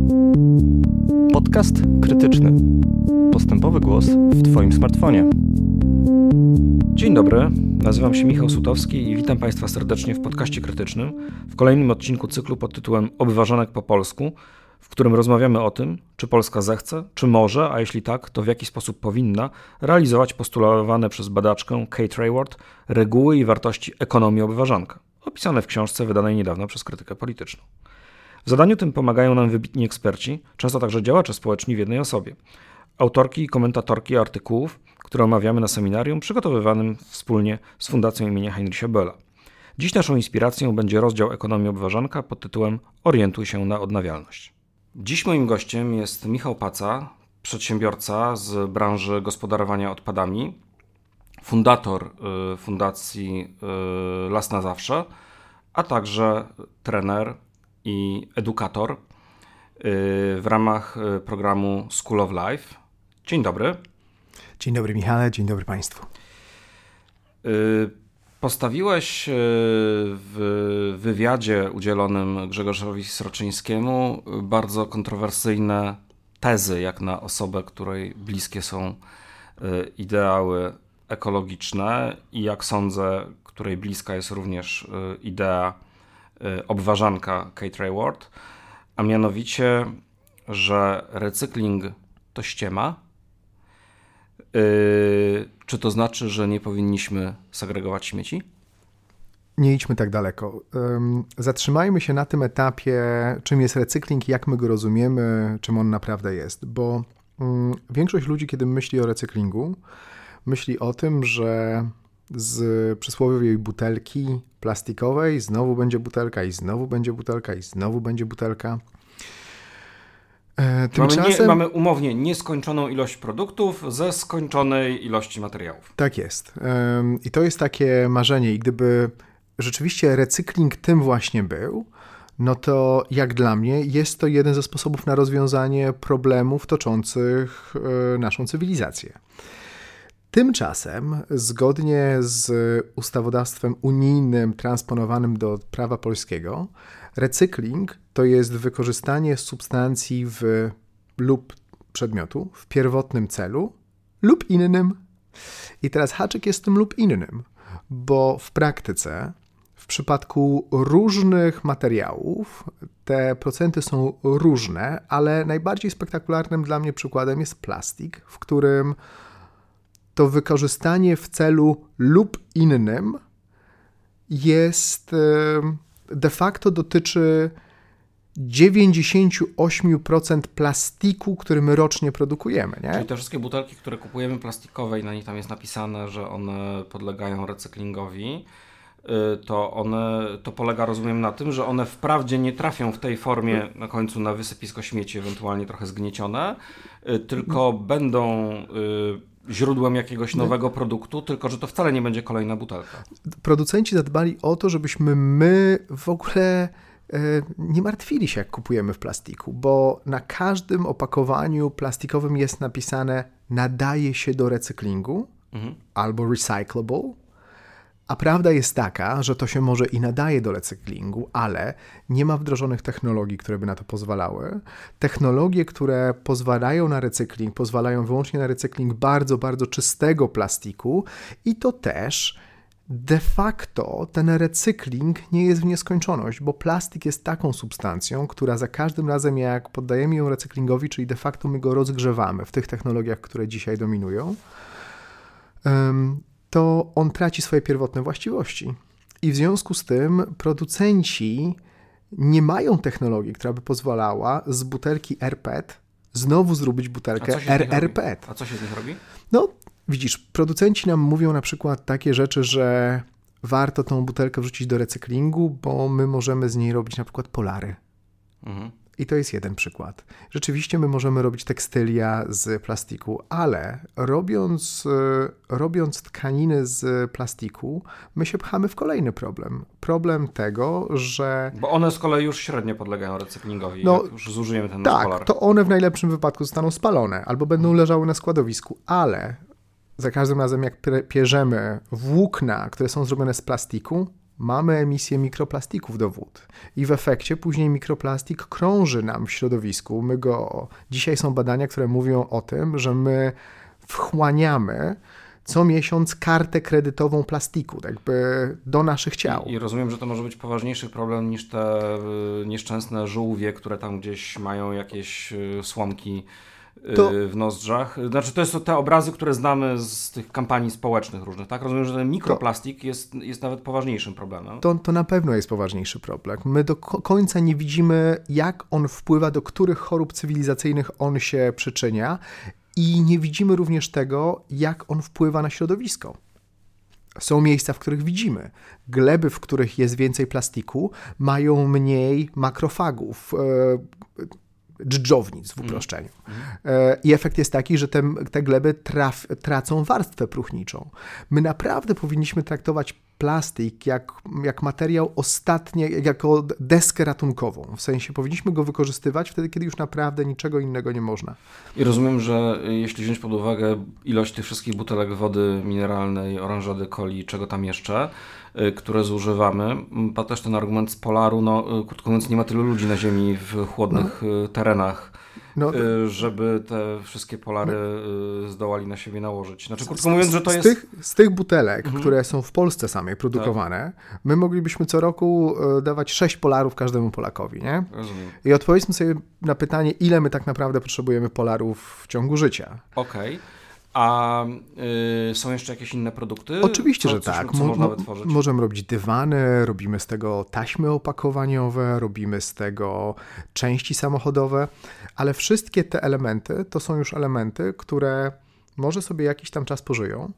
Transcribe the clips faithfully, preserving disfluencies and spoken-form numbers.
Podcast krytyczny. Postępowy głos w Twoim smartfonie. Dzień dobry, nazywam się Michał Sutowski i witam Państwa serdecznie w podcaście krytycznym, w kolejnym odcinku cyklu pod tytułem Obważanek po polsku, w którym rozmawiamy o tym, czy Polska zechce, czy może, a jeśli tak, to w jaki sposób powinna realizować postulowane przez badaczkę Kate Raworth reguły i wartości ekonomii obważanka, opisane w książce wydanej niedawno przez Krytykę Polityczną. W zadaniu tym pomagają nam wybitni eksperci, często także działacze społeczni w jednej osobie, autorki i komentatorki artykułów, które omawiamy na seminarium przygotowywanym wspólnie z Fundacją imienia Heinricha Bölla. Dziś naszą inspiracją będzie rozdział ekonomii obważanka pod tytułem Orientuj się na odnawialność. Dziś moim gościem jest Michał Paca, przedsiębiorca z branży gospodarowania odpadami, fundator y, fundacji y, Las na Zawsze, a także trener i edukator y, w ramach y, programu School of Life. Dzień dobry. Dzień dobry Michale, dzień dobry Państwu. Y, Postawiłeś w wywiadzie udzielonym Grzegorzowi Sroczyńskiemu bardzo kontrowersyjne tezy, jak na osobę, której bliskie są ideały ekologiczne i jak sądzę, której bliska jest również idea obważanka Kate Raworth, a mianowicie, że recykling to ściema. Yy, czy to znaczy, że nie powinniśmy segregować śmieci? Nie idźmy tak daleko. Um, zatrzymajmy się na tym etapie, czym jest recykling, jak my go rozumiemy, czym on naprawdę jest. Bo um, większość ludzi, kiedy myśli o recyklingu, myśli o tym, że z przysłowiowej butelki plastikowej znowu będzie butelka i znowu będzie butelka i znowu będzie butelka. Tymczasem... Mamy, nie, mamy umownie nieskończoną ilość produktów ze skończonej ilości materiałów. Tak jest. I to jest takie marzenie. I gdyby rzeczywiście recykling tym właśnie był, no to jak dla mnie jest to jeden ze sposobów na rozwiązanie problemów toczących naszą cywilizację. Tymczasem, zgodnie z ustawodawstwem unijnym transponowanym do prawa polskiego, recykling to jest wykorzystanie substancji w, lub przedmiotu w pierwotnym celu lub innym. I teraz haczyk jest tym lub innym, bo w praktyce w przypadku różnych materiałów te procenty są różne, ale najbardziej spektakularnym dla mnie przykładem jest plastik, w którym to wykorzystanie w celu lub innym jest de facto dotyczy dziewięćdziesiąt osiem procent plastiku, który my rocznie produkujemy. Nie? Czyli te wszystkie butelki, które kupujemy plastikowe i na nich tam jest napisane, że one podlegają recyklingowi, to one, to polega, rozumiem, na tym, że one wprawdzie nie trafią w tej formie na końcu na wysypisko śmieci, ewentualnie trochę zgniecione, tylko będą źródłem jakiegoś nowego produktu, tylko że to wcale nie będzie kolejna butelka. Producenci zadbali o to, żebyśmy my w ogóle nie martwili się, jak kupujemy w plastiku, bo na każdym opakowaniu plastikowym jest napisane nadaje się do recyklingu mhm. albo recyclable, a prawda jest taka, że to się może i nadaje do recyklingu, ale nie ma wdrożonych technologii, które by na to pozwalały. Technologie, które pozwalają na recykling, pozwalają wyłącznie na recykling bardzo, bardzo czystego plastiku i to też de facto ten recykling nie jest w nieskończoność, bo plastik jest taką substancją, która za każdym razem jak poddajemy ją recyklingowi, czyli de facto my go rozgrzewamy w tych technologiach, które dzisiaj dominują, um, to on traci swoje pierwotne właściwości. I w związku z tym producenci nie mają technologii, która by pozwalała z butelki R P E T znowu zrobić butelkę R R P E T. A co się z nich robi? No, widzisz, producenci nam mówią na przykład takie rzeczy, że warto tą butelkę wrzucić do recyklingu, bo my możemy z niej robić na przykład polary. Mhm. I to jest jeden przykład. Rzeczywiście my możemy robić tekstylia z plastiku, ale robiąc, robiąc tkaniny z plastiku, my się pchamy w kolejny problem. Problem tego, że... Bo one z kolei już średnio podlegają recyklingowi, no, jak już zużyjemy ten tak, polar. to one w najlepszym wypadku zostaną spalone albo będą leżały na składowisku, ale za każdym razem jak pierzemy włókna, które są zrobione z plastiku, mamy emisję mikroplastików do wód i w efekcie później mikroplastik krąży nam w środowisku. My go, dzisiaj są badania, które mówią o tym, że my wchłaniamy co miesiąc kartę kredytową plastiku, tak jakby do naszych ciał. I, I rozumiem, że to może być poważniejszy problem niż te y, nieszczęsne żółwie, które tam gdzieś mają jakieś y, słomki y, to... w nozdrzach. Znaczy to są te obrazy, które znamy z tych kampanii społecznych różnych, tak? Rozumiem, że ten mikroplastik to... jest, jest nawet poważniejszym problemem. To, to na pewno jest poważniejszy problem. My do końca nie widzimy, jak on wpływa, do których chorób cywilizacyjnych on się przyczynia. I nie widzimy również tego, jak on wpływa na środowisko. Są miejsca, w których widzimy. Gleby, w których jest więcej plastiku, mają mniej makrofagów, e, dżdżownic w uproszczeniu. Mm. E, I efekt jest taki, że te, te gleby traf, tracą warstwę próchniczą. My naprawdę powinniśmy traktować plastik jak, jak materiał ostatnie, jako deskę ratunkową. W sensie powinniśmy go wykorzystywać wtedy, kiedy już naprawdę niczego innego nie można. I rozumiem, że jeśli wziąć pod uwagę ilość tych wszystkich butelek wody mineralnej, oranżady, coli, czego tam jeszcze, które zużywamy, to też ten argument z Polaru, no krótko mówiąc, nie ma tylu ludzi na ziemi w chłodnych no. terenach, no, żeby te wszystkie polary no. zdołali na siebie nałożyć. Znaczy, krótko mówiąc, że to z jest... Tych, z tych butelek, mhm. które są w Polsce samej produkowane, tak. my moglibyśmy co roku dawać sześć polarów każdemu Polakowi, nie? Rozumiem. I odpowiedzmy sobie na pytanie, ile my tak naprawdę potrzebujemy polarów w ciągu życia. Okej. Okay. A y, są jeszcze jakieś inne produkty? Oczywiście, co, że coś, tak. Co mo- można wytworzyć? Możemy robić dywany, robimy z tego taśmy opakowaniowe, robimy z tego części samochodowe, ale wszystkie te elementy to są już elementy, które może sobie jakiś tam czas pożyją,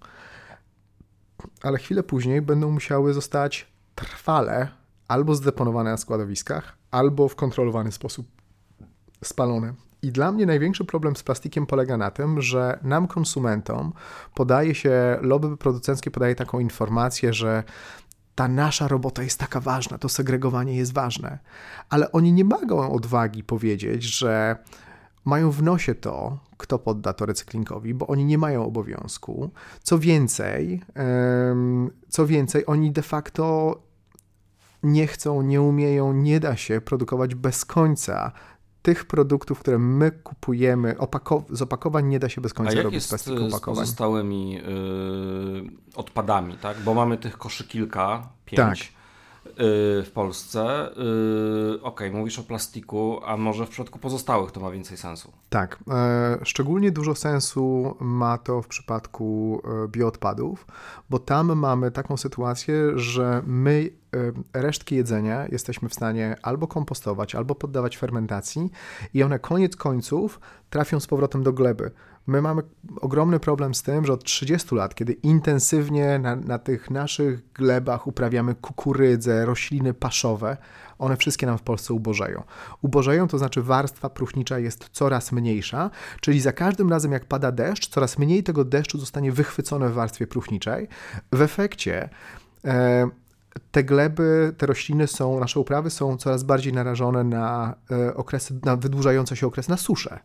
ale chwilę później będą musiały zostać trwale albo zdeponowane na składowiskach, albo w kontrolowany sposób spalone. I dla mnie największy problem z plastikiem polega na tym, że nam, konsumentom, podaje się, lobby producenckie podaje taką informację, że ta nasza robota jest taka ważna, to segregowanie jest ważne, ale oni nie mogą odwagi powiedzieć, że mają w nosie to, kto podda to recyklingowi, bo oni nie mają obowiązku. Co więcej, co więcej, oni de facto nie chcą, nie umieją, nie da się produkować bez końca tych produktów, które my kupujemy, opako- z opakowań nie da się bez końca robić z plastiku opakowań. A jak jest z pozostałymi yy, odpadami, tak? Bo mamy tych koszy kilka, pięć tak. yy, w Polsce. Yy, Okej, okay, mówisz o plastiku, a może w przypadku pozostałych to ma więcej sensu? Tak. E, szczególnie dużo sensu ma to w przypadku e, bioodpadów, bo tam mamy taką sytuację, że my resztki jedzenia jesteśmy w stanie albo kompostować, albo poddawać fermentacji i one koniec końców trafią z powrotem do gleby. My mamy ogromny problem z tym, że od trzydziestu lat, kiedy intensywnie na, na tych naszych glebach uprawiamy kukurydzę, rośliny paszowe, one wszystkie nam w Polsce ubożeją. Ubożeją, to znaczy warstwa próchnicza jest coraz mniejsza, czyli za każdym razem jak pada deszcz, coraz mniej tego deszczu zostanie wychwycone w warstwie próchniczej. W efekcie e, te gleby, te rośliny są, nasze uprawy są coraz bardziej narażone na e, okresy, na wydłużające się okres na suszę.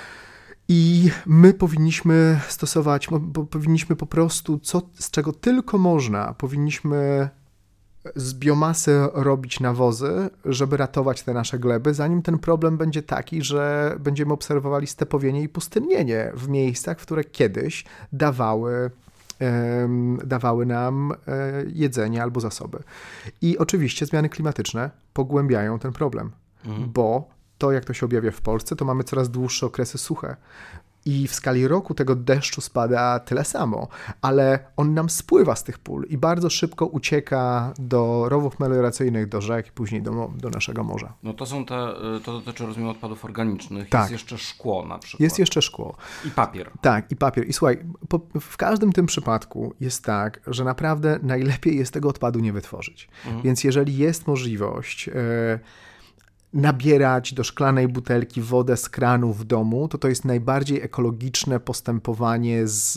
I my powinniśmy stosować, bo powinniśmy po prostu, co, z czego tylko można, powinniśmy z biomasy robić nawozy, żeby ratować te nasze gleby, zanim ten problem będzie taki, że będziemy obserwowali stepowienie i pustynnienie w miejscach, w które kiedyś dawały dawały nam jedzenie albo zasoby. I oczywiście zmiany klimatyczne pogłębiają ten problem, mhm. bo to, jak to się objawia w Polsce, to mamy coraz dłuższe okresy suche. I w skali roku tego deszczu spada tyle samo, ale on nam spływa z tych pól i bardzo szybko ucieka do rowów melioracyjnych, do rzek i później do, do naszego morza. No to są te, to dotyczy, rozumiem, odpadów organicznych. Tak. Jest jeszcze szkło na przykład. Jest jeszcze szkło. I papier. Tak, i papier. I słuchaj, po, w każdym tym przypadku jest tak, że naprawdę najlepiej jest tego odpadu nie wytworzyć. Mhm. Więc jeżeli jest możliwość Yy, nabierać do szklanej butelki wodę z kranu w domu, to to jest najbardziej ekologiczne postępowanie, z,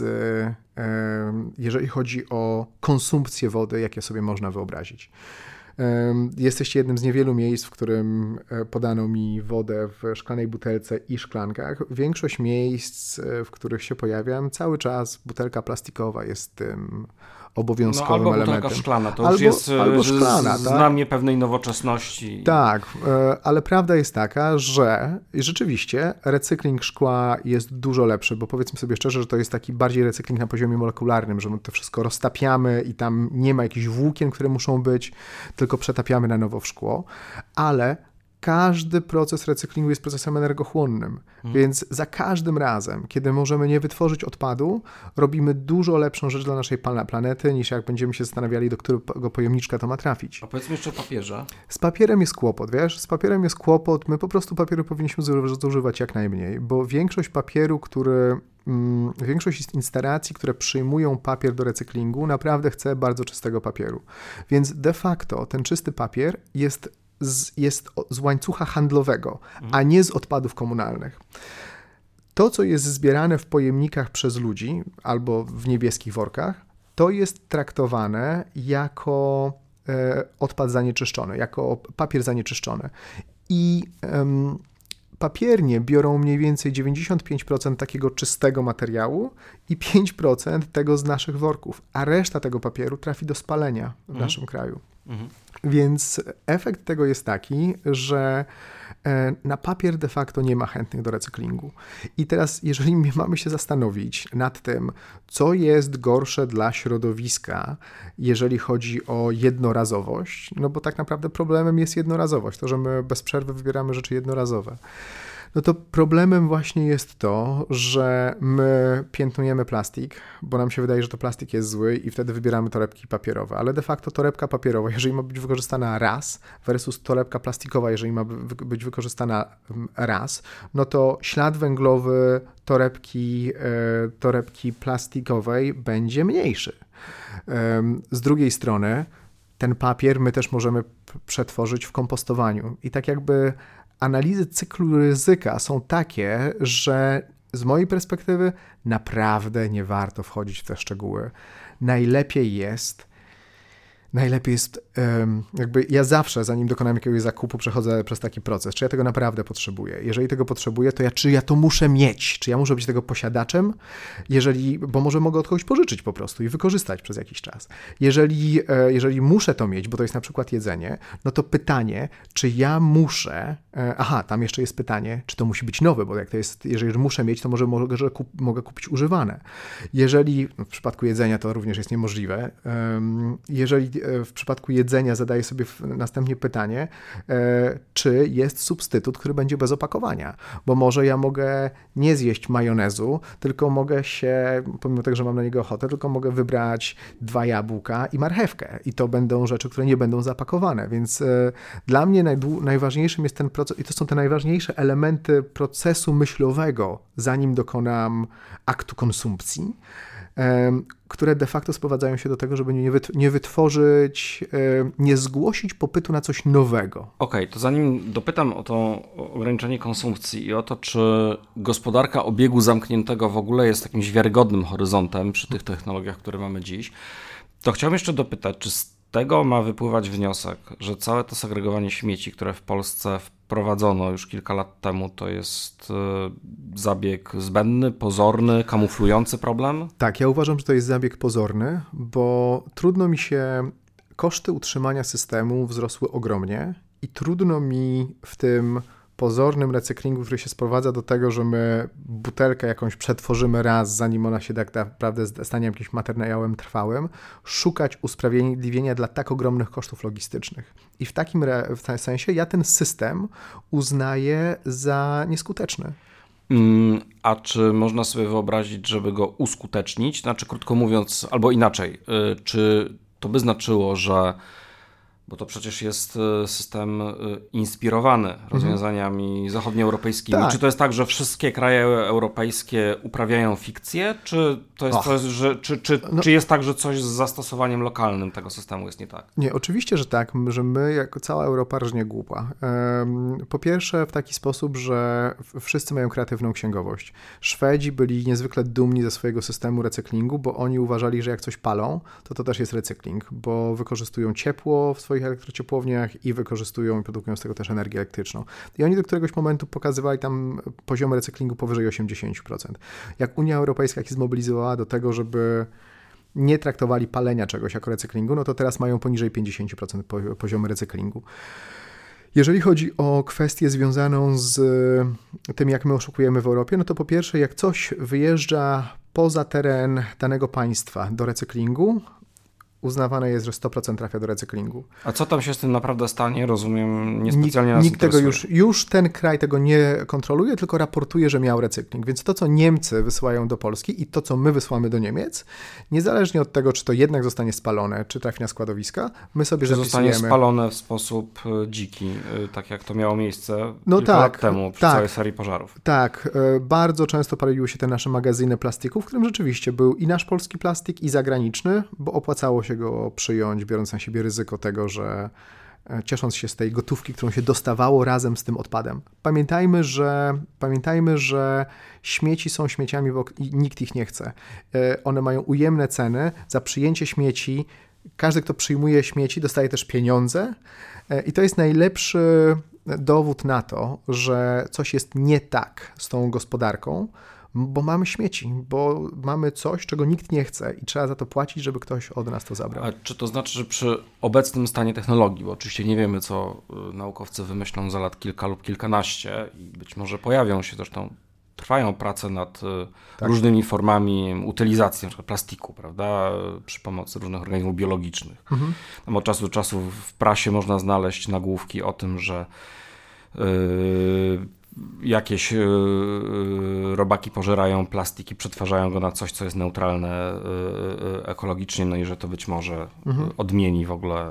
jeżeli chodzi o konsumpcję wody, jakie sobie można wyobrazić. Jesteście jednym z niewielu miejsc, w którym podano mi wodę w szklanej butelce i szklankach. Większość miejsc, w których się pojawiam, cały czas butelka plastikowa jest tym obowiązkowym no, albo elementem. Albo szklana, to albo, już jest albo szklana, znamie tak? pewnej nowoczesności. Tak, ale prawda jest taka, że rzeczywiście recykling szkła jest dużo lepszy, bo powiedzmy sobie szczerze, że to jest taki bardziej recykling na poziomie molekularnym, że my to wszystko roztapiamy i tam nie ma jakichś włókien, które muszą być, tylko przetapiamy na nowo w szkło, ale każdy proces recyklingu jest procesem energochłonnym, hmm. więc za każdym razem, kiedy możemy nie wytworzyć odpadu, robimy dużo lepszą rzecz dla naszej planety, niż jak będziemy się zastanawiali, do którego pojemniczka to ma trafić. A powiedzmy jeszcze o papierze. Z papierem jest kłopot, wiesz? Z papierem jest kłopot. My po prostu papieru powinniśmy zużywać jak najmniej, bo większość papieru, który... Mm, większość instalacji, które przyjmują papier do recyklingu, naprawdę chce bardzo czystego papieru. Więc de facto ten czysty papier jest z, jest z łańcucha handlowego, a nie z odpadów komunalnych. To, co jest zbierane w pojemnikach przez ludzi albo w niebieskich workach, to jest traktowane jako e, odpad zanieczyszczony, jako papier zanieczyszczony. I em, papiernie biorą mniej więcej dziewięćdziesiąt pięć procent takiego czystego materiału i pięć procent tego z naszych worków, a reszta tego papieru trafi do spalenia w mhm. naszym kraju. Mhm. Więc efekt tego jest taki, że na papier de facto nie ma chętnych do recyklingu. I teraz, jeżeli mamy się zastanowić nad tym, co jest gorsze dla środowiska, jeżeli chodzi o jednorazowość, no bo tak naprawdę problemem jest jednorazowość, to, że my bez przerwy wybieramy rzeczy jednorazowe. No to problemem właśnie jest to, że my piętnujemy plastik, bo nam się wydaje, że to plastik jest zły i wtedy wybieramy torebki papierowe, ale de facto torebka papierowa, jeżeli ma być wykorzystana raz versus torebka plastikowa, jeżeli ma być wykorzystana raz, no to ślad węglowy torebki, torebki plastikowej będzie mniejszy. Z drugiej strony ten papier my też możemy przetworzyć w kompostowaniu i tak jakby analizy cyklu ryzyka są takie, że z mojej perspektywy naprawdę nie warto wchodzić w te szczegóły. Najlepiej jest, najlepiej jest, jakby ja zawsze, zanim dokonam jakiegoś zakupu, przechodzę przez taki proces, czy ja tego naprawdę potrzebuję. Jeżeli tego potrzebuję, to ja, czy ja to muszę mieć, czy ja muszę być tego posiadaczem, jeżeli, bo może mogę od kogoś pożyczyć po prostu i wykorzystać przez jakiś czas. Jeżeli, jeżeli muszę to mieć, bo to jest na przykład jedzenie, no to pytanie, czy ja muszę, aha, tam jeszcze jest pytanie, czy to musi być nowe, bo jak to jest, jeżeli muszę mieć, to może mogę, że kup, mogę kupić używane. Jeżeli, w przypadku jedzenia to również jest niemożliwe, jeżeli w przypadku jedzenia zadaję sobie następnie pytanie, czy jest substytut, który będzie bez opakowania, bo może ja mogę nie zjeść majonezu, tylko mogę się, pomimo tego, że mam na niego ochotę, tylko mogę wybrać dwa jabłka i marchewkę i to będą rzeczy, które nie będą zapakowane, więc dla mnie najdłu- najważniejszym jest ten proces i to są te najważniejsze elementy procesu myślowego, zanim dokonam aktu konsumpcji, które de facto sprowadzają się do tego, żeby nie, wyt- nie wytworzyć, nie zgłosić popytu na coś nowego. Okej, okay, to zanim dopytam o to ograniczenie konsumpcji i o to, czy gospodarka obiegu zamkniętego w ogóle jest jakimś wiarygodnym horyzontem przy tych technologiach, które mamy dziś, to chciałbym jeszcze dopytać, czy z tego ma wypływać wniosek, że całe to segregowanie śmieci, które w Polsce wprowadzono już kilka lat temu, to jest zabieg zbędny, pozorny, kamuflujący problem? Tak, ja uważam, że to jest zabieg pozorny, bo trudno mi się, koszty utrzymania systemu wzrosły ogromnie i trudno mi w tym pozornym recyklingu, który się sprowadza do tego, że my butelkę jakąś przetworzymy raz, zanim ona się tak naprawdę stanie jakimś materiałem trwałym, szukać usprawiedliwienia dla tak ogromnych kosztów logistycznych. I w takim re- w sensie ja ten system uznaję za nieskuteczny. Mm, a czy można sobie wyobrazić, żeby go uskutecznić? Znaczy, krótko mówiąc, albo inaczej, yy, czy to by znaczyło, że bo to przecież jest system inspirowany rozwiązaniami mhm. zachodnioeuropejskimi. Tak. Czy to jest tak, że wszystkie kraje europejskie uprawiają fikcję, czy to jest coś, że, czy, czy, no. czy jest tak, że coś z zastosowaniem lokalnym tego systemu jest nie tak? Nie, oczywiście, że tak, że my jako cała Europa rżnie głupa. Po pierwsze w taki sposób, że wszyscy mają kreatywną księgowość. Szwedzi byli niezwykle dumni ze swojego systemu recyklingu, bo oni uważali, że jak coś palą, to to też jest recykling, bo wykorzystują ciepło w swoich elektrociepłowniach i wykorzystują i produkują z tego też energię elektryczną. I oni do któregoś momentu pokazywali tam poziomy recyklingu powyżej osiemdziesiąt procent. Jak Unia Europejska się zmobilizowała do tego, żeby nie traktowali palenia czegoś jako recyklingu, no to teraz mają poniżej pięćdziesiąt procent poziomu recyklingu. Jeżeli chodzi o kwestię związaną z tym, jak my oszukujemy w Europie, no to po pierwsze, jak coś wyjeżdża poza teren danego państwa do recyklingu, uznawane jest, że sto procent trafia do recyklingu. A co tam się z tym naprawdę stanie? Rozumiem, niespecjalnie nas Nikt tego interesuje. już, już ten kraj tego nie kontroluje, tylko raportuje, że miał recykling. Więc to, co Niemcy wysyłają do Polski i to, co my wysłamy do Niemiec, niezależnie od tego, czy to jednak zostanie spalone, czy trafi na składowiska, my sobie czy zapisujemy... zostanie spalone w sposób dziki, tak jak to miało miejsce no kilka tak, lat temu przy tak, całej serii pożarów. Tak, bardzo często paliły się te nasze magazyny plastików, w którym rzeczywiście był i nasz polski plastik, i zagraniczny, bo opłacało się go przyjąć, biorąc na siebie ryzyko tego, że ciesząc się z tej gotówki, którą się dostawało razem z tym odpadem. Pamiętajmy, że, pamiętajmy, że śmieci są śmieciami, bo nikt ich nie chce. One mają ujemne ceny. Za przyjęcie śmieci, każdy, kto przyjmuje śmieci, dostaje też pieniądze i to jest najlepszy dowód na to, że coś jest nie tak z tą gospodarką, bo mamy śmieci, bo mamy coś, czego nikt nie chce i trzeba za to płacić, żeby ktoś od nas to zabrał. A czy to znaczy, że przy obecnym stanie technologii, bo oczywiście nie wiemy, co naukowcy wymyślą za lat kilka lub kilkanaście i być może pojawią się, zresztą trwają prace nad tak. różnymi formami utylizacji, np. plastiku, prawda, przy pomocy różnych organizmów biologicznych. Mhm. Tam od czasu do czasu w prasie można znaleźć nagłówki o tym, że yy, jakieś yy, robaki pożerają plastik i przetwarzają go na coś, co jest neutralne yy, ekologicznie, no i że to być może mhm. odmieni w ogóle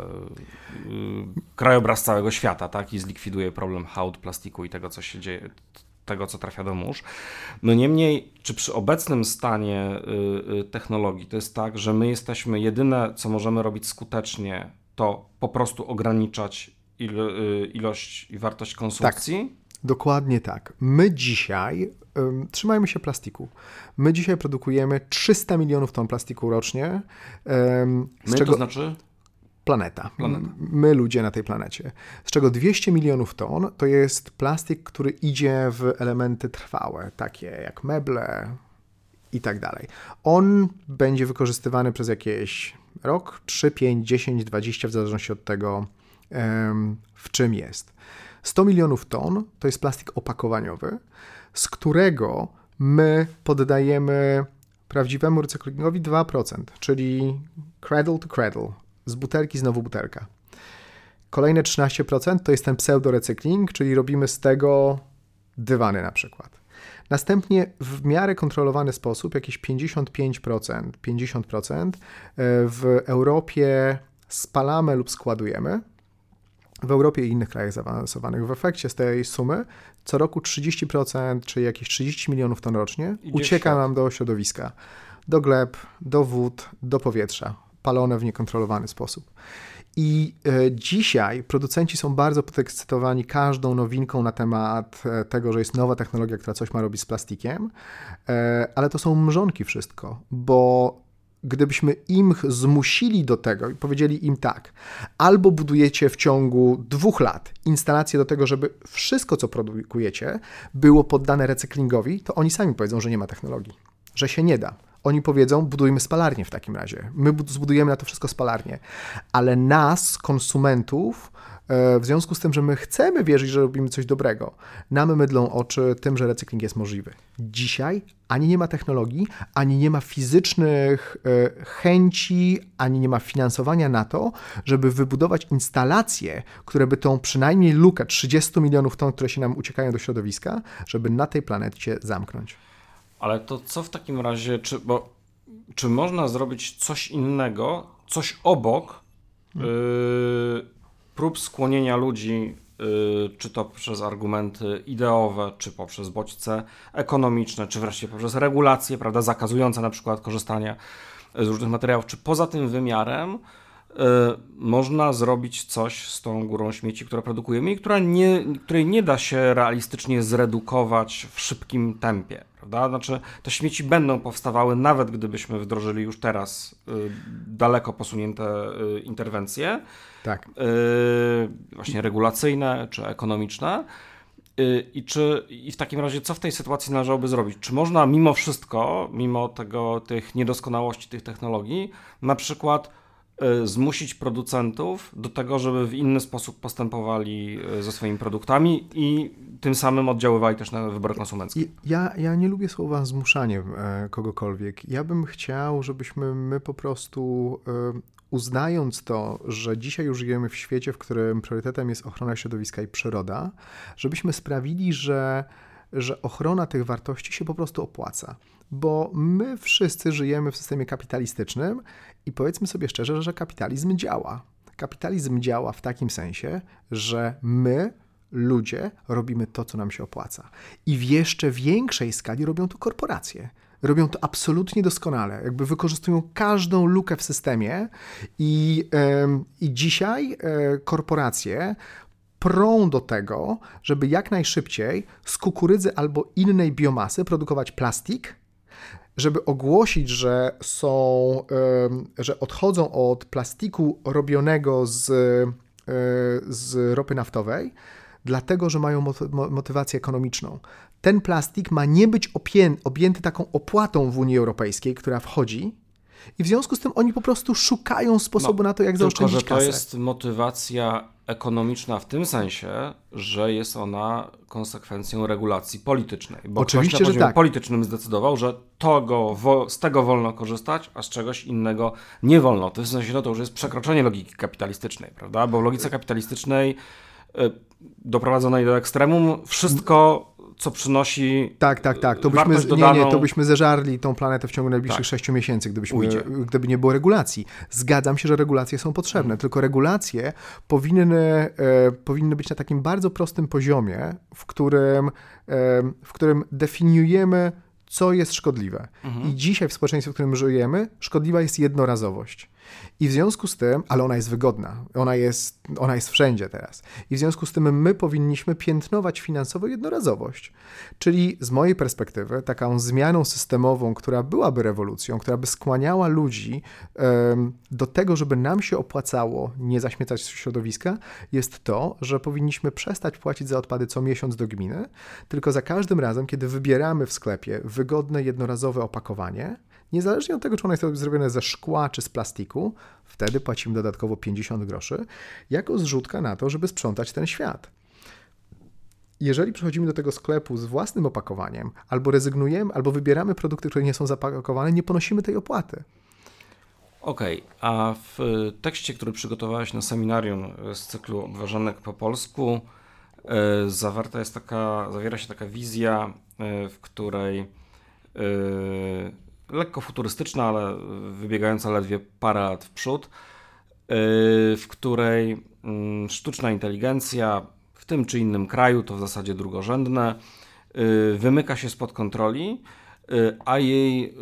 yy, krajobraz całego świata, tak, i zlikwiduje problem hałd, plastiku i tego, co się dzieje, tego, co trafia do mórz. No niemniej, czy przy obecnym stanie yy, technologii to jest tak, że my jesteśmy, jedyne, co możemy robić skutecznie, to po prostu ograniczać il, yy, ilość i wartość konsumpcji? Tak. Dokładnie tak. My dzisiaj, um, trzymajmy się plastiku, my dzisiaj produkujemy trzysta milionów ton plastiku rocznie. Um, z my czego... to znaczy? Planeta. Planeta. My, ludzie na tej planecie. Z czego dwieście milionów ton to jest plastik, który idzie w elementy trwałe, takie jak meble i tak dalej. On będzie wykorzystywany przez jakieś rok, trzy, pięć, dziesięć, dwadzieścia, w zależności od tego, um, w czym jest. sto milionów ton to jest plastik opakowaniowy, z którego my poddajemy prawdziwemu recyklingowi dwa procent, czyli cradle to cradle, z butelki znowu butelka. Kolejne trzynaście procent to jest ten pseudorecykling, czyli robimy z tego dywany na przykład. Następnie w miarę kontrolowany sposób, jakieś pięćdziesiąt pięć procent, pięćdziesiąt procent w Europie spalamy lub składujemy. W Europie i innych krajach zaawansowanych. W efekcie z tej sumy co roku trzydzieści procent, czy jakieś trzydzieści milionów ton rocznie Idzie ucieka świat. nam do środowiska, do gleb, do wód, do powietrza, palone w niekontrolowany sposób. I e, dzisiaj producenci są bardzo podekscytowani każdą nowinką na temat e, tego, że jest nowa technologia, która coś ma robić z plastikiem, e, ale to są mrzonki wszystko, bo gdybyśmy im zmusili do tego i powiedzieli im tak, albo budujecie w ciągu dwóch lat instalację do tego, żeby wszystko, co produkujecie, było poddane recyklingowi, to oni sami powiedzą, że nie ma technologii, że się nie da. Oni powiedzą, budujmy spalarnię w takim razie. My zbudujemy na to wszystko spalarnię. Ale nas, konsumentów, w związku z tym, że my chcemy wierzyć, że robimy coś dobrego, nam mydlą oczy tym, że recykling jest możliwy. Dzisiaj ani nie ma technologii, ani nie ma fizycznych chęci, ani nie ma finansowania na to, żeby wybudować instalacje, które by tą przynajmniej lukę trzydzieści milionów ton, które się nam uciekają do środowiska, żeby na tej planecie zamknąć. Ale to co w takim razie, czy, bo, czy można zrobić coś innego, coś obok hmm. yy, prób skłonienia ludzi, yy, czy to przez argumenty ideowe, czy poprzez bodźce ekonomiczne, czy wreszcie poprzez regulacje, prawda, zakazujące na przykład korzystania z różnych materiałów, czy poza tym wymiarem yy, można zrobić coś z tą górą śmieci, która produkujemy i która nie, której nie da się realistycznie zredukować w szybkim tempie. Prawda? Znaczy, te śmieci będą powstawały, nawet gdybyśmy wdrożyli już teraz y, daleko posunięte y, interwencje, tak. y, właśnie regulacyjne czy ekonomiczne. I, czy, I w takim razie co w tej sytuacji należałoby zrobić? Czy można mimo wszystko, mimo tego, tych niedoskonałości tych technologii, na przykład y, zmusić producentów do tego, żeby w inny sposób postępowali ze swoimi produktami i tym samym oddziaływali też na wybory konsumenckie? Ja, ja nie lubię słowa zmuszanie e, kogokolwiek. Ja bym chciał, żebyśmy my po prostu... E, uznając to, że dzisiaj już żyjemy w świecie, w którym priorytetem jest ochrona środowiska i przyroda, żebyśmy sprawili, że, że ochrona tych wartości się po prostu opłaca. Bo my wszyscy żyjemy w systemie kapitalistycznym i powiedzmy sobie szczerze, że kapitalizm działa. Kapitalizm działa w takim sensie, że my, ludzie, robimy to, co nam się opłaca. I w jeszcze większej skali robią to korporacje. Robią to absolutnie doskonale, jakby wykorzystują każdą lukę w systemie i, yy, i dzisiaj yy, korporacje prą do tego, żeby jak najszybciej z kukurydzy albo innej biomasy produkować plastik, żeby ogłosić, że są, yy, że odchodzą od plastiku robionego z, yy, z ropy naftowej, dlatego, że mają motywację ekonomiczną. Ten plastik ma nie być objęty taką opłatą w Unii Europejskiej, która wchodzi i w związku z tym oni po prostu szukają sposobu no, na to, jak zaoszczędzić kasę. Tylko, że to jest motywacja ekonomiczna w tym sensie, że jest ona konsekwencją regulacji politycznej. Bo Oczywiście, ktoś na poziomie że tak. politycznym zdecydował, że tego, z tego wolno korzystać, a z czegoś innego nie wolno. To w sensie no, to już jest przekroczenie logiki kapitalistycznej, prawda? Bo w logice kapitalistycznej doprowadzonej do ekstremum wszystko, co przynosi Tak, tak, tak. To byśmy, wartość dodaną... Nie, nie, to byśmy zeżarli tą planetę w ciągu najbliższych tak. sześciu miesięcy, gdybyśmy, gdyby nie było regulacji. Zgadzam się, że regulacje są potrzebne, hmm. tylko regulacje powinny, e, powinny być na takim bardzo prostym poziomie, w którym, e, w którym definiujemy, co jest szkodliwe. Mhm. I dzisiaj w społeczeństwie, w którym żyjemy, szkodliwa jest jednorazowość. I w związku z tym, ale ona jest wygodna, ona jest, ona jest wszędzie teraz. I w związku z tym my powinniśmy piętnować finansowo jednorazowość. Czyli z mojej perspektywy taką zmianą systemową, która byłaby rewolucją, która by skłaniała ludzi um, do tego, żeby nam się opłacało nie zaśmiecać środowiska, jest to, że powinniśmy przestać płacić za odpady co miesiąc do gminy, tylko za każdym razem, kiedy wybieramy w sklepie wygodne, jednorazowe opakowanie, niezależnie od tego, czy ono jest zrobione ze szkła czy z plastiku, wtedy płacimy dodatkowo pięćdziesiąt groszy, jako zrzutka na to, żeby sprzątać ten świat. Jeżeli przychodzimy do tego sklepu z własnym opakowaniem, albo rezygnujemy, albo wybieramy produkty, które nie są zapakowane, nie ponosimy tej opłaty. Okej, okay, a w tekście, który przygotowałeś na seminarium z cyklu Odważanek po polsku, yy, zawarta jest taka, zawiera się taka wizja, yy, w której yy, lekko futurystyczna, ale wybiegająca ledwie parę lat w przód, w której sztuczna inteligencja w tym czy innym kraju, to w zasadzie drugorzędne, wymyka się spod kontroli, a jej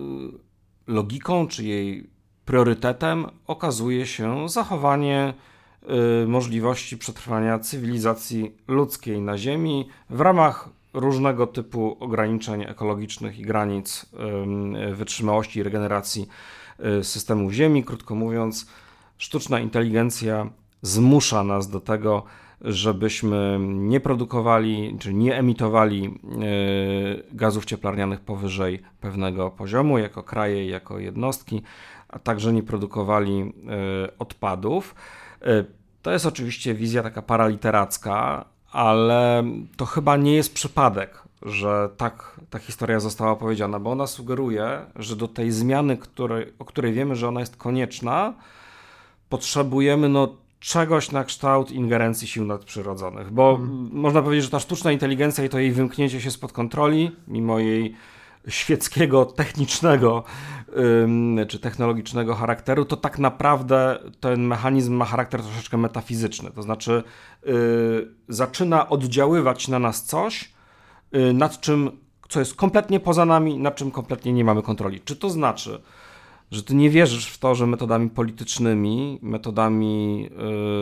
logiką czy jej priorytetem okazuje się zachowanie możliwości przetrwania cywilizacji ludzkiej na Ziemi w ramach różnego typu ograniczeń ekologicznych i granic wytrzymałości i regeneracji systemów Ziemi. Krótko mówiąc, sztuczna inteligencja zmusza nas do tego, żebyśmy nie produkowali, czy nie emitowali gazów cieplarnianych powyżej pewnego poziomu, jako kraje, jako jednostki, a także nie produkowali odpadów. To jest oczywiście wizja taka paraliteracka, ale to chyba nie jest przypadek, że tak ta historia została opowiedziana, bo ona sugeruje, że do tej zmiany, której, o której wiemy, że ona jest konieczna, potrzebujemy no, czegoś na kształt ingerencji sił nadprzyrodzonych, bo hmm. można powiedzieć, że ta sztuczna inteligencja i to jej wymknięcie się spod kontroli, mimo jej świeckiego, technicznego ym, czy technologicznego charakteru, to tak naprawdę ten mechanizm ma charakter troszeczkę metafizyczny. To znaczy yy, zaczyna oddziaływać na nas coś, yy, nad czym, co jest kompletnie poza nami, nad czym kompletnie nie mamy kontroli. Czy to znaczy, że ty nie wierzysz w to, że metodami politycznymi, metodami yy,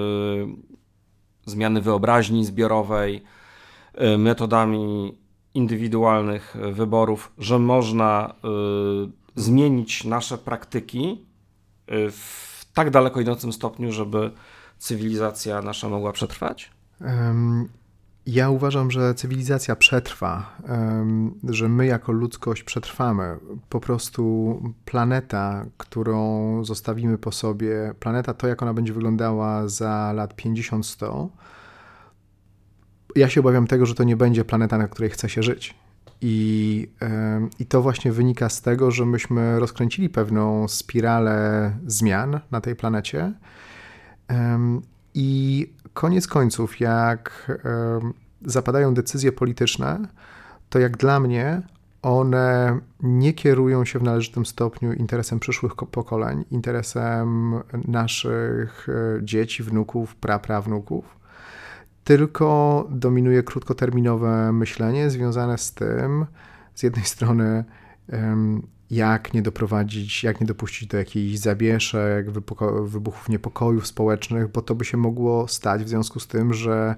zmiany wyobraźni zbiorowej, yy, metodami indywidualnych wyborów, że można y, zmienić nasze praktyki y, w tak daleko idącym stopniu, żeby cywilizacja nasza mogła przetrwać? Um, Ja uważam, że cywilizacja przetrwa, że my jako ludzkość przetrwamy. Po prostu planeta, którą zostawimy po sobie, planeta to, jak ona będzie wyglądała za lat pięćdziesiąt sto, ja się obawiam tego, że to nie będzie planeta, na której chce się żyć. I, I to właśnie wynika z tego, że myśmy rozkręcili pewną spiralę zmian na tej planecie. I koniec końców, jak zapadają decyzje polityczne, to jak dla mnie one nie kierują się w należytym stopniu interesem przyszłych pokoleń, interesem naszych dzieci, wnuków, praprawnuków, tylko dominuje krótkoterminowe myślenie związane z tym, z jednej strony, jak nie doprowadzić, jak nie dopuścić do jakichś zawieszek, wybuchów niepokojów społecznych, bo to by się mogło stać w związku z tym, że,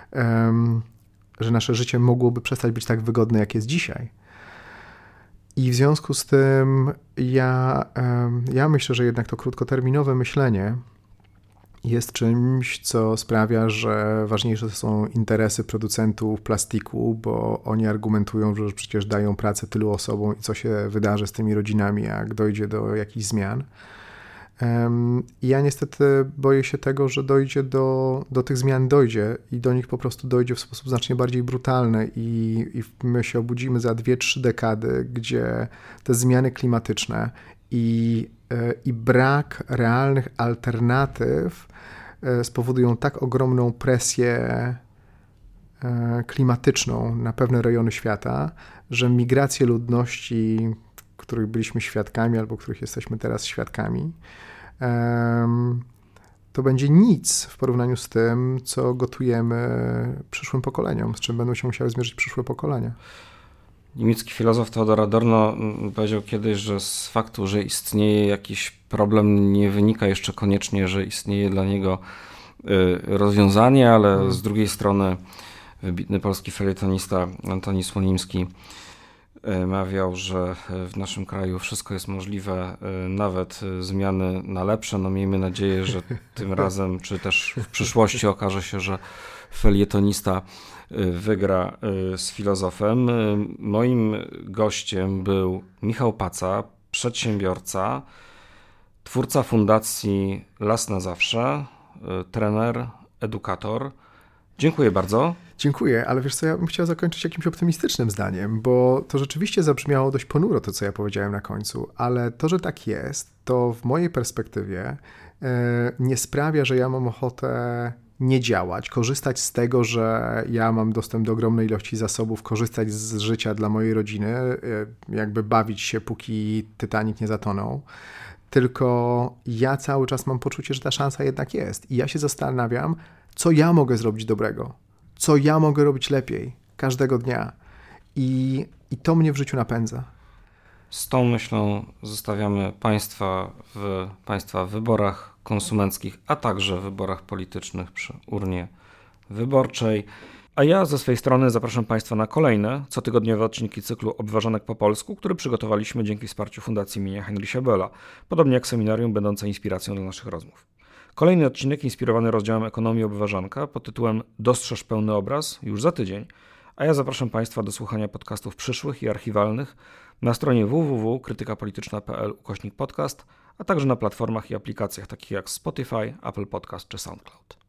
że nasze życie mogłoby przestać być tak wygodne, jak jest dzisiaj. I w związku z tym ja, ja myślę, że jednak to krótkoterminowe myślenie jest czymś, co sprawia, że ważniejsze są interesy producentów plastiku, bo oni argumentują, że przecież dają pracę tylu osobom i co się wydarzy z tymi rodzinami, jak dojdzie do jakichś zmian. I ja niestety boję się tego, że dojdzie do, do tych zmian dojdzie i do nich po prostu dojdzie w sposób znacznie bardziej brutalny i, i my się obudzimy za dwie, trzy dekady, gdzie te zmiany klimatyczne i, i brak realnych alternatyw spowodują tak ogromną presję klimatyczną na pewne rejony świata, że migracje ludności, których byliśmy świadkami albo których jesteśmy teraz świadkami, to będzie nic w porównaniu z tym, co gotujemy przyszłym pokoleniom, z czym będą się musiały zmierzyć przyszłe pokolenia. Niemiecki filozof Theodor Adorno powiedział kiedyś, że z faktu, że istnieje jakiś problem, nie wynika jeszcze koniecznie, że istnieje dla niego rozwiązanie, ale hmm. z drugiej strony wybitny polski felietonista Antoni Słonimski mawiał, że w naszym kraju wszystko jest możliwe, nawet zmiany na lepsze. No miejmy nadzieję, że tym razem, czy też w przyszłości okaże się, że felietonista wygra z filozofem. Moim gościem był Michał Paca, przedsiębiorca, twórca fundacji Las na Zawsze, trener, edukator. Dziękuję bardzo. Dziękuję, ale wiesz co, ja bym chciał zakończyć jakimś optymistycznym zdaniem, bo to rzeczywiście zabrzmiało dość ponuro to, co ja powiedziałem na końcu, ale to, że tak jest, to w mojej perspektywie nie sprawia, że ja mam ochotę nie działać, korzystać z tego, że ja mam dostęp do ogromnej ilości zasobów, korzystać z życia dla mojej rodziny, jakby bawić się, póki Titanic nie zatonął. Tylko ja cały czas mam poczucie, że ta szansa jednak jest. I ja się zastanawiam, co ja mogę zrobić dobrego, co ja mogę robić lepiej każdego dnia. I, i to mnie w życiu napędza. Z tą myślą zostawiamy Państwa w Państwa wyborach konsumenckich, a także wyborach politycznych przy urnie wyborczej. A ja ze swojej strony zapraszam Państwa na kolejne cotygodniowe odcinki cyklu Obważanek po polsku, który przygotowaliśmy dzięki wsparciu Fundacji imienia Heinricha Bölla, podobnie jak seminarium będące inspiracją dla naszych rozmów. Kolejny odcinek inspirowany rozdziałem Ekonomii Obważanka pod tytułem Dostrzeż pełny obraz już za tydzień, a ja zapraszam Państwa do słuchania podcastów przyszłych i archiwalnych na stronie w w w kropka krytykapolityczna kropka p l ukośnik podcast, a także na platformach i aplikacjach takich jak Spotify, Apple Podcast czy SoundCloud.